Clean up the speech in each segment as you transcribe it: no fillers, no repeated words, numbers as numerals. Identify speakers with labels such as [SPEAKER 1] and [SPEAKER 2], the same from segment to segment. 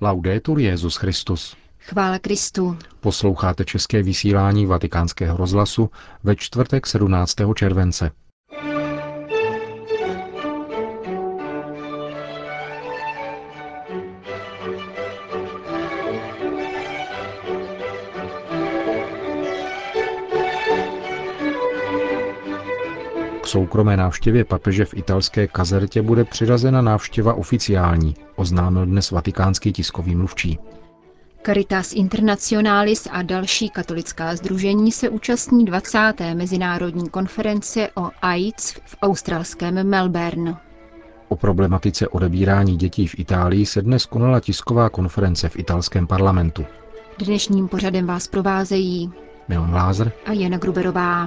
[SPEAKER 1] Laudetur Jesus Christus.
[SPEAKER 2] Chvála Kristu.
[SPEAKER 1] Posloucháte české vysílání Vatikánského rozhlasu ve čtvrtek 17. července. K soukromé návštěvě papeže v italské Casertě bude přiřazena návštěva oficiální, oznámil dnes vatikánský tiskový mluvčí.
[SPEAKER 2] Caritas Internationalis a další katolická sdružení se účastní 20. mezinárodní konference o AIDS v australském Melbourne.
[SPEAKER 1] O problematice odebírání dětí v Itálii se dnes konala tisková konference v italském parlamentu.
[SPEAKER 2] Dnešním pořadem vás provázejí
[SPEAKER 1] Milan Lázr
[SPEAKER 2] a Jana Gruberová.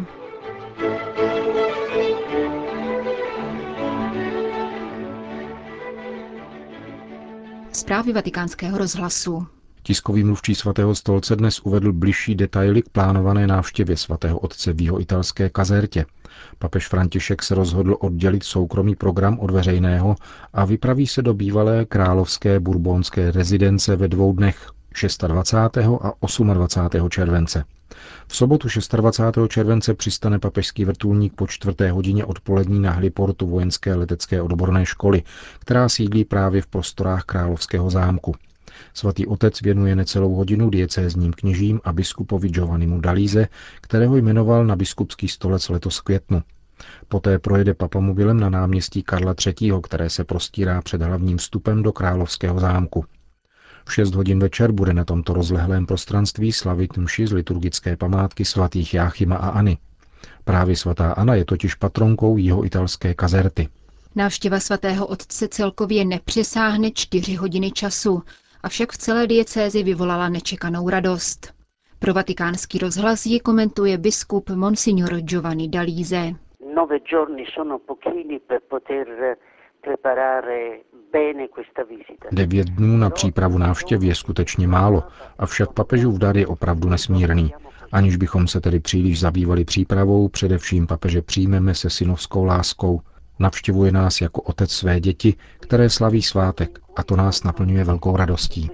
[SPEAKER 2] Zprávy Vatikánského rozhlasu.
[SPEAKER 1] Tiskový mluvčí svatého stolce dnes uvedl bližší detaily k plánované návštěvě svatého otce v jihoitalské Casertě. Papež František se rozhodl oddělit soukromý program od veřejného a vypraví se do bývalé královské bourbonské rezidence ve 2 dnech, 26. a 28. července. V sobotu 26. července přistane papežský vrtulník po 4. hodině odpolední na heliportu vojenské letecké odborné školy, která sídlí právě v prostorách Královského zámku. Svatý otec věnuje necelou hodinu diecézním kněžím a biskupovi Giovannimu Dalíze, kterého jmenoval na biskupský stolec letos v květnu. Poté projede papamobilem na náměstí Karla III., které se prostírá před hlavním vstupem do Královského zámku. V 6 hodin večer bude na tomto rozlehlém prostranství slavit mši z liturgické památky svatých Jáchyma a Anny. Právě svatá Anna je totiž patronkou jihoitalské Caserty.
[SPEAKER 2] Návštěva svatého otce celkově nepřesáhne 4 hodiny času, avšak v celé diecézi vyvolala nečekanou radost. Pro vatikánský rozhlas ji komentuje biskup Monsignor Giovanni Dalíze.
[SPEAKER 3] 9 giorni sono pochini per poter preparare bene questa visita.
[SPEAKER 1] 9 dnů na přípravu návštěvy je skutečně málo, avšak papežův dar je opravdu nesmírný. Aniž bychom se tedy příliš zabývali přípravou, především papeže přijmeme se synovskou láskou. Navštěvuje nás jako otec své děti, které slaví svátek, a to nás naplňuje velkou radostí.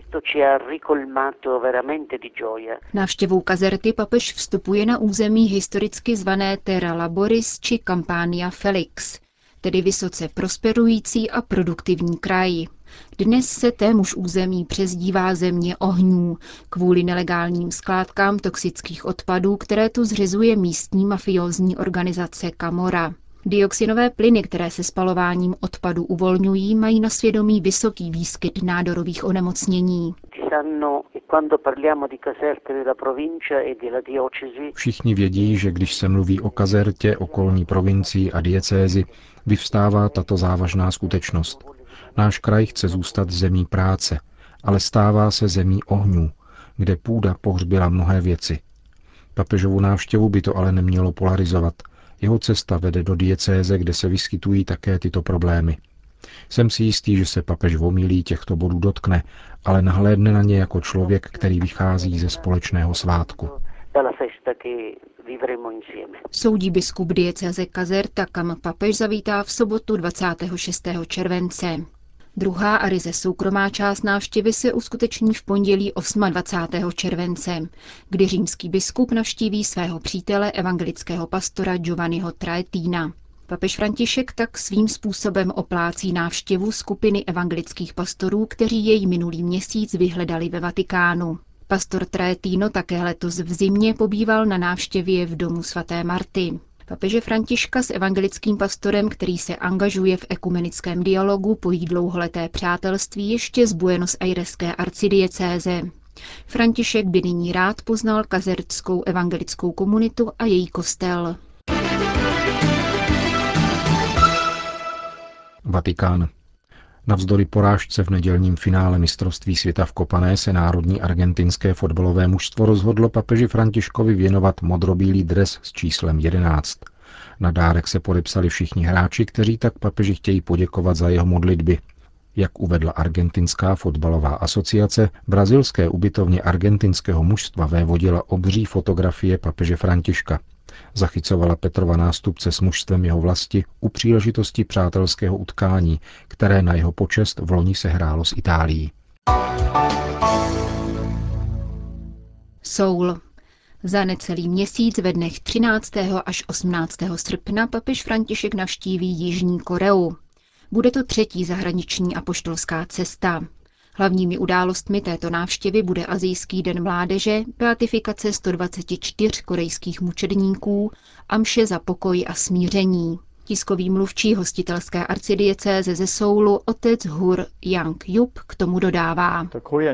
[SPEAKER 2] Návštěvou Caserty papež vstupuje na území historicky zvané Terra Laboris či Campania Felix, tedy vysoce prosperující a produktivní kraj. Dnes se témuž území přezdívá země ohňů kvůli nelegálním skládkám toxických odpadů, které tu zřizuje místní mafiózní organizace Camorra. Dioxinové plyny, které se spalováním odpadu uvolňují, mají na svědomí vysoký výskyt nádorových onemocnění.
[SPEAKER 1] Všichni vědí, že když se mluví o Casertě, okolní provincii a diecézi, vyvstává tato závažná skutečnost. Náš kraj chce zůstat zemí práce, ale stává se zemí ohňů, kde půda pohřbila mnohé věci. Papežovu návštěvu by to ale nemělo polarizovat. Jeho cesta vede do diecéze, kde se vyskytují také tyto problémy. Jsem si jistý, že se papež v homilii těchto bodů dotkne, ale nahlédne na ně jako člověk, který vychází ze společného svátku.
[SPEAKER 2] Soudí biskup diecéze Caserta, kam papež zavítá v sobotu 26. července. Druhá a ryze soukromá část návštěvy se uskuteční v pondělí 28. července, kdy římský biskup navštíví svého přítele evangelického pastora Giovanniho Traettina. Papež František tak svým způsobem oplácí návštěvu skupiny evangelických pastorů, kteří jej minulý měsíc vyhledali ve Vatikánu. Pastor Traettino také letos v zimě pobýval na návštěvě v domu svaté Marty. Papeže Františka s evangelickým pastorem, který se angažuje v ekumenickém dialogu, pojí dlouholeté přátelství ještě z Buenos Aireské arcidiecéze. František by nyní rád poznal kazertskou evangelickou komunitu a její kostel.
[SPEAKER 1] Vatikán. Navzdory porážce v nedělním finále mistrovství světa v kopané se národní argentinské fotbalové mužstvo rozhodlo papeži Františkovi věnovat modrobílý dres s číslem 11. Na dárek se podepsali všichni hráči, kteří tak papeži chtějí poděkovat za jeho modlitby. Jak uvedla argentinská fotbalová asociace, brazilské ubytovně argentinského mužstva vévodila obří fotografie papeže Františka. Zachycovala Petrova nástupce s mužstvem jeho vlasti u příležitosti přátelského utkání, které na jeho počest v loni sehrálo s Itálií.
[SPEAKER 2] Soul. Za necelý měsíc ve dnech 13. až 18. srpna papež František navštíví Jižní Koreu. Bude to třetí zahraniční apoštolská cesta. Hlavními událostmi této návštěvy bude Asijský den mládeže, beatifikace 124 korejských mučedníků a mše za pokoj a smíření. Tiskový mluvčí hostitelské arcidiecéze ze Soulu otec Hur Yang-jup k tomu dodává.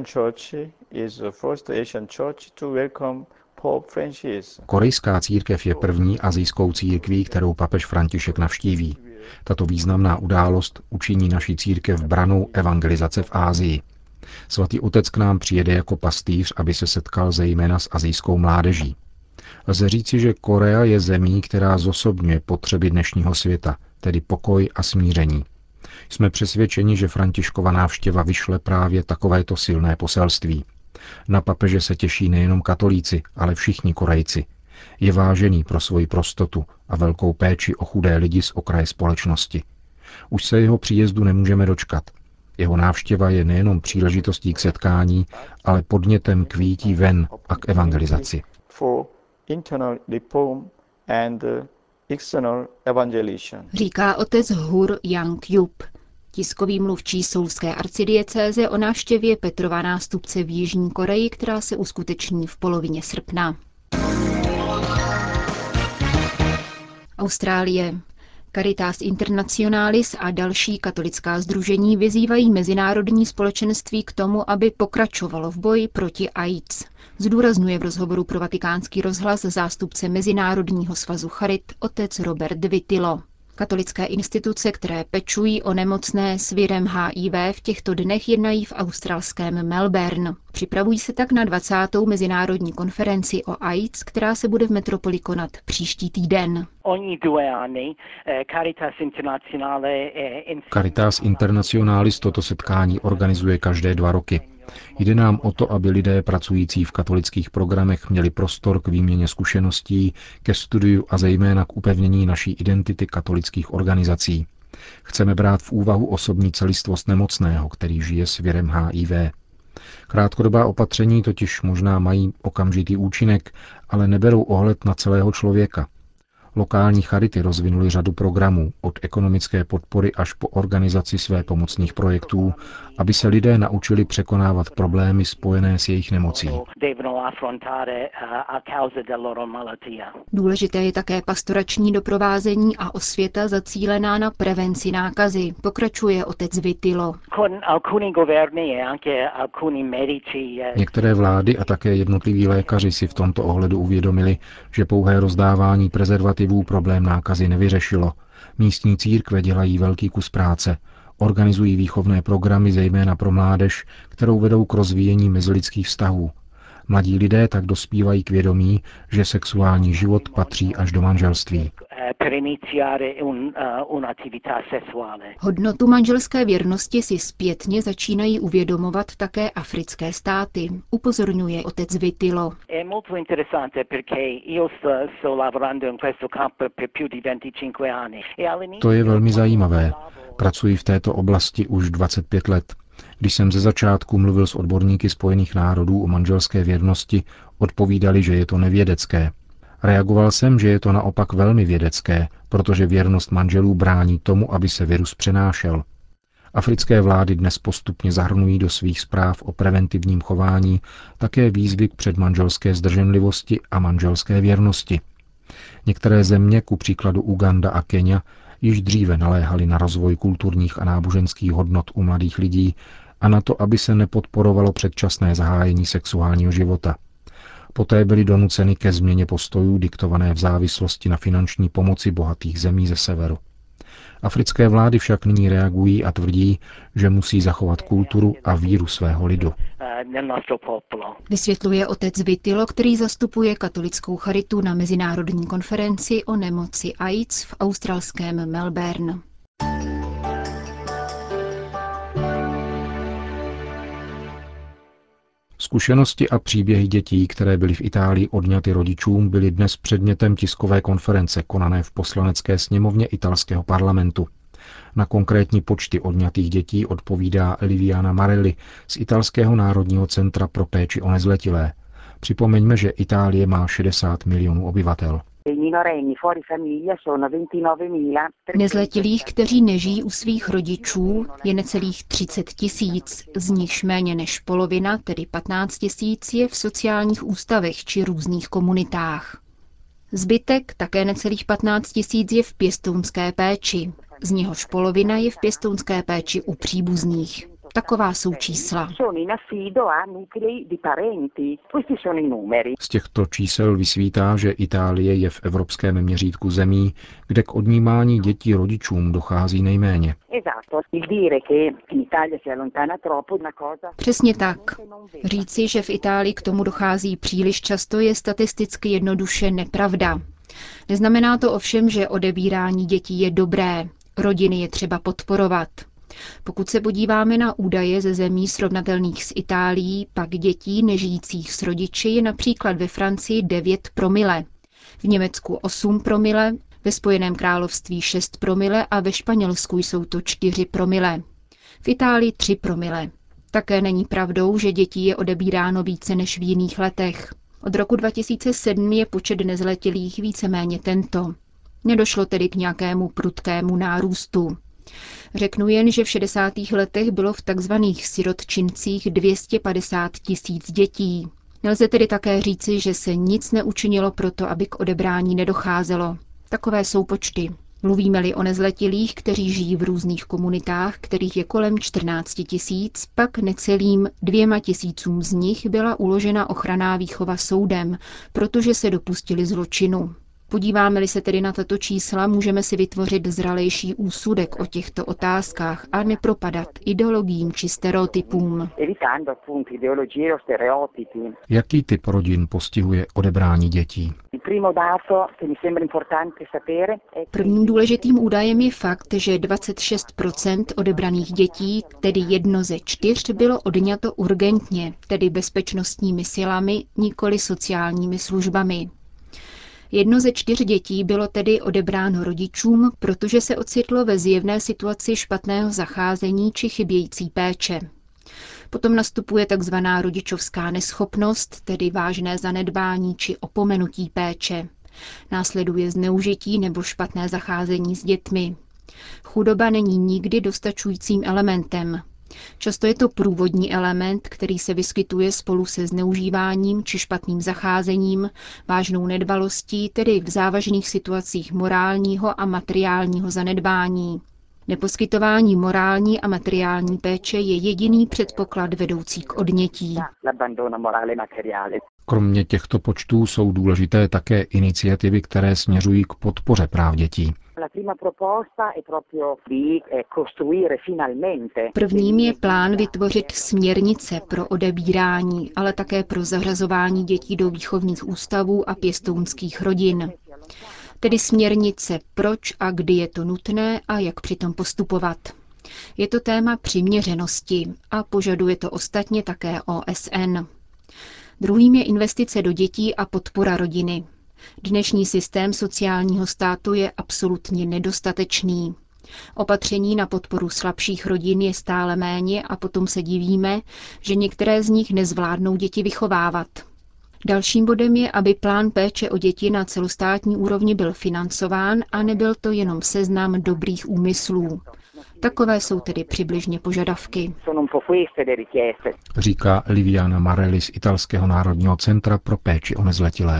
[SPEAKER 1] Korejská církev je první asijskou církví, kterou papež František navštíví. Tato významná událost učiní naši církev branou evangelizace v Asii. Svatý otec k nám přijede jako pastýř, aby se setkal zejména s asijskou mládeží. Lze říci, že Korea je zemí, která zosobňuje potřeby dnešního světa, tedy pokoj a smíření. Jsme přesvědčeni, že Františkova návštěva vyšle právě takovéto silné poselství. Na papeže se těší nejenom katolíci, ale všichni Korejci. Je vážený pro svoji prostotu a velkou péči o chudé lidi z okraje společnosti. Už se jeho příjezdu nemůžeme dočkat. Jeho návštěva je nejenom příležitostí k setkání, ale podnětem k výjití ven a k evangelizaci.
[SPEAKER 2] Říká otec Hur Yang-jup. Tiskový mluvčí soulské arcidiecéze o návštěvě Petrova nástupce v Jižní Koreji, která se uskuteční v polovině srpna. Austrálie. Caritas Internationalis a další katolická sdružení vyzývají mezinárodní společenství k tomu, aby pokračovalo v boji proti AIDS. Zdůrazňuje v rozhovoru pro Vatikánský rozhlas zástupce Mezinárodního svazu Charit otec Robert Witilo. Katolické instituce, které pečují o nemocné s virem HIV, v těchto dnech jednají v australském Melbourne. Připravují se tak na 20. mezinárodní konferenci o AIDS, která se bude v metropoli konat příští týden.
[SPEAKER 1] Caritas Internationalis toto setkání organizuje každé 2 roky. Jde nám o to, aby lidé pracující v katolických programech měli prostor k výměně zkušeností, ke studiu a zejména k upevnění naší identity katolických organizací. Chceme brát v úvahu osobní celistvost nemocného, který žije s virem HIV. Krátkodobá opatření totiž možná mají okamžitý účinek, ale neberou ohled na celého člověka. Lokální charity rozvinuly řadu programů, od ekonomické podpory až po organizaci své pomocných projektů, aby se lidé naučili překonávat problémy spojené s jejich nemocí.
[SPEAKER 2] Důležité je také pastorační doprovázení a osvěta zacílená na prevenci nákazy, pokračuje otec Witilo.
[SPEAKER 1] Některé vlády a také jednotliví lékaři si v tomto ohledu uvědomili, že pouhé rozdávání prezervativů problém nákazy nevyřešilo. Místní církve dělají velký kus práce. Organizují výchovné programy zejména pro mládež, kterou vedou k rozvíjení mezilidských vztahů. Mladí lidé tak dospívají k vědomí, že sexuální život patří až do manželství.
[SPEAKER 2] Hodnotu manželské věrnosti si zpětně začínají uvědomovat také africké státy, upozorňuje otec Witilo.
[SPEAKER 1] To je velmi zajímavé. Pracuji v této oblasti už 25 let. Když jsem ze začátku mluvil s odborníky Spojených národů o manželské věrnosti, odpovídali, že je to nevědecké. Reagoval jsem, že je to naopak velmi vědecké, protože věrnost manželů brání tomu, aby se virus přenášel. Africké vlády dnes postupně zahrnují do svých zpráv o preventivním chování také výzvy k předmanželské zdrženlivosti a manželské věrnosti. Některé země, ku příkladu Uganda a Kenya, již dříve naléhaly na rozvoj kulturních a náboženských hodnot u mladých lidí a na to, aby se nepodporovalo předčasné zahájení sexuálního života. Poté byly donuceny ke změně postojů diktované v závislosti na finanční pomoci bohatých zemí ze severu. Africké vlády však nyní reagují a tvrdí, že musí zachovat kulturu a víru svého lidu.
[SPEAKER 2] Vysvětluje otec Witilo, který zastupuje katolickou charitu na mezinárodní konferenci o nemoci AIDS v australském Melbourne.
[SPEAKER 1] Zkušenosti a příběhy dětí, které byly v Itálii odňaty rodičům, byly dnes předmětem tiskové konference konané v poslanecké sněmovně italského parlamentu. Na konkrétní počty odňatých dětí odpovídá Liviana Marelli z Italského národního centra pro péči o nezletilé. Připomeňme, že Itálie má 60 milionů obyvatel.
[SPEAKER 2] Nezletilých, kteří nežijí u svých rodičů, je necelých 30 000, z nichž méně než polovina, tedy 15 000, je v sociálních ústavech či různých komunitách. Zbytek, také necelých 15 000, je v pěstounské péči, z něhož polovina je v pěstounské péči u příbuzných. Taková jsou čísla.
[SPEAKER 1] Z těchto čísel vysvítá, že Itálie je v evropském měřítku zemí, kde k odnímání dětí rodičům dochází nejméně.
[SPEAKER 2] Přesně tak. Říci, že v Itálii k tomu dochází příliš často, je statisticky jednoduše nepravda. Neznamená to ovšem, že odebírání dětí je dobré. Rodiny je třeba podporovat. Pokud se podíváme na údaje ze zemí srovnatelných s Itálií, pak dětí nežijících s rodiči je například ve Francii 9 promile, v Německu 8 promile, ve Spojeném království 6 promile a ve Španělsku jsou to 4 promile. V Itálii 3 promile. Také není pravdou, že dětí je odebíráno více než v jiných letech. Od roku 2007 je počet nezletilých víceméně tento. Nedošlo tedy k nějakému prudkému nárůstu. Řeknu jen, že v 60. letech bylo v takzvaných sirotčincích 250 000 dětí. Nelze tedy také říci, že se nic neučinilo proto, aby k odebrání nedocházelo. Takové jsou počty. Mluvíme-li o nezletilých, kteří žijí v různých komunitách, kterých je kolem 14 000, pak necelým 2 000 z nich byla uložena ochranná výchova soudem, protože se dopustili zločinu. Podíváme-li se tedy na tato čísla, můžeme si vytvořit zralejší úsudek o těchto otázkách a nepropadat ideologiím či stereotypům.
[SPEAKER 1] Jaký typ rodin postihuje odebrání dětí?
[SPEAKER 2] Prvním důležitým údajem je fakt, že 26% odebraných dětí, tedy 1 ze 4, bylo odňato urgentně, tedy bezpečnostními silami, nikoli sociálními službami. 1 ze 4 dětí bylo tedy odebráno rodičům, protože se ocitlo ve zjevné situaci špatného zacházení či chybějící péče. Potom nastupuje tzv. Rodičovská neschopnost, tedy vážné zanedbání či opomenutí péče. Následuje zneužití nebo špatné zacházení s dětmi. Chudoba není nikdy dostačujícím elementem. Často je to průvodní element, který se vyskytuje spolu se zneužíváním či špatným zacházením, vážnou nedbalostí, tedy v závažných situacích morálního a materiálního zanedbání. Neposkytování morální a materiální péče je jediný předpoklad vedoucí k odnětí.
[SPEAKER 1] Kromě těchto počtů jsou důležité také iniciativy, které směřují k podpoře práv dětí.
[SPEAKER 2] Prvním je plán vytvořit směrnice pro odebírání, ale také pro zařazování dětí do výchovných ústavů a pěstounských rodin. Tedy směrnice, proč a kdy je to nutné a jak přitom postupovat. Je to téma přiměřenosti a požaduje to ostatně také OSN. Druhým je investice do dětí a podpora rodiny. Dnešní systém sociálního státu je absolutně nedostatečný. Opatření na podporu slabších rodin je stále méně a potom se divíme, že některé z nich nezvládnou děti vychovávat. Dalším bodem je, aby plán péče o děti na celostátní úrovni byl financován a nebyl to jenom seznam dobrých úmyslů. Takové jsou tedy přibližně požadavky.
[SPEAKER 1] Říká Liviana Marelli z Italského národního centra pro péči o nezletilé.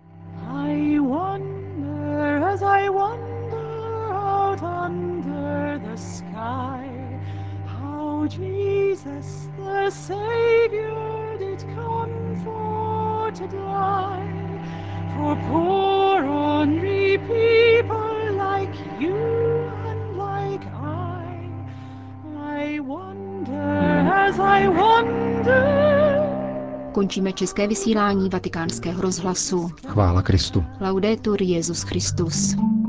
[SPEAKER 4] To die for poor ornery people like you and like I wonder as I wonder.
[SPEAKER 2] Končíme české vysílání Vatikánského rozhlasu.
[SPEAKER 1] Chvála Kristu.
[SPEAKER 2] Laudetur Jesus Christus.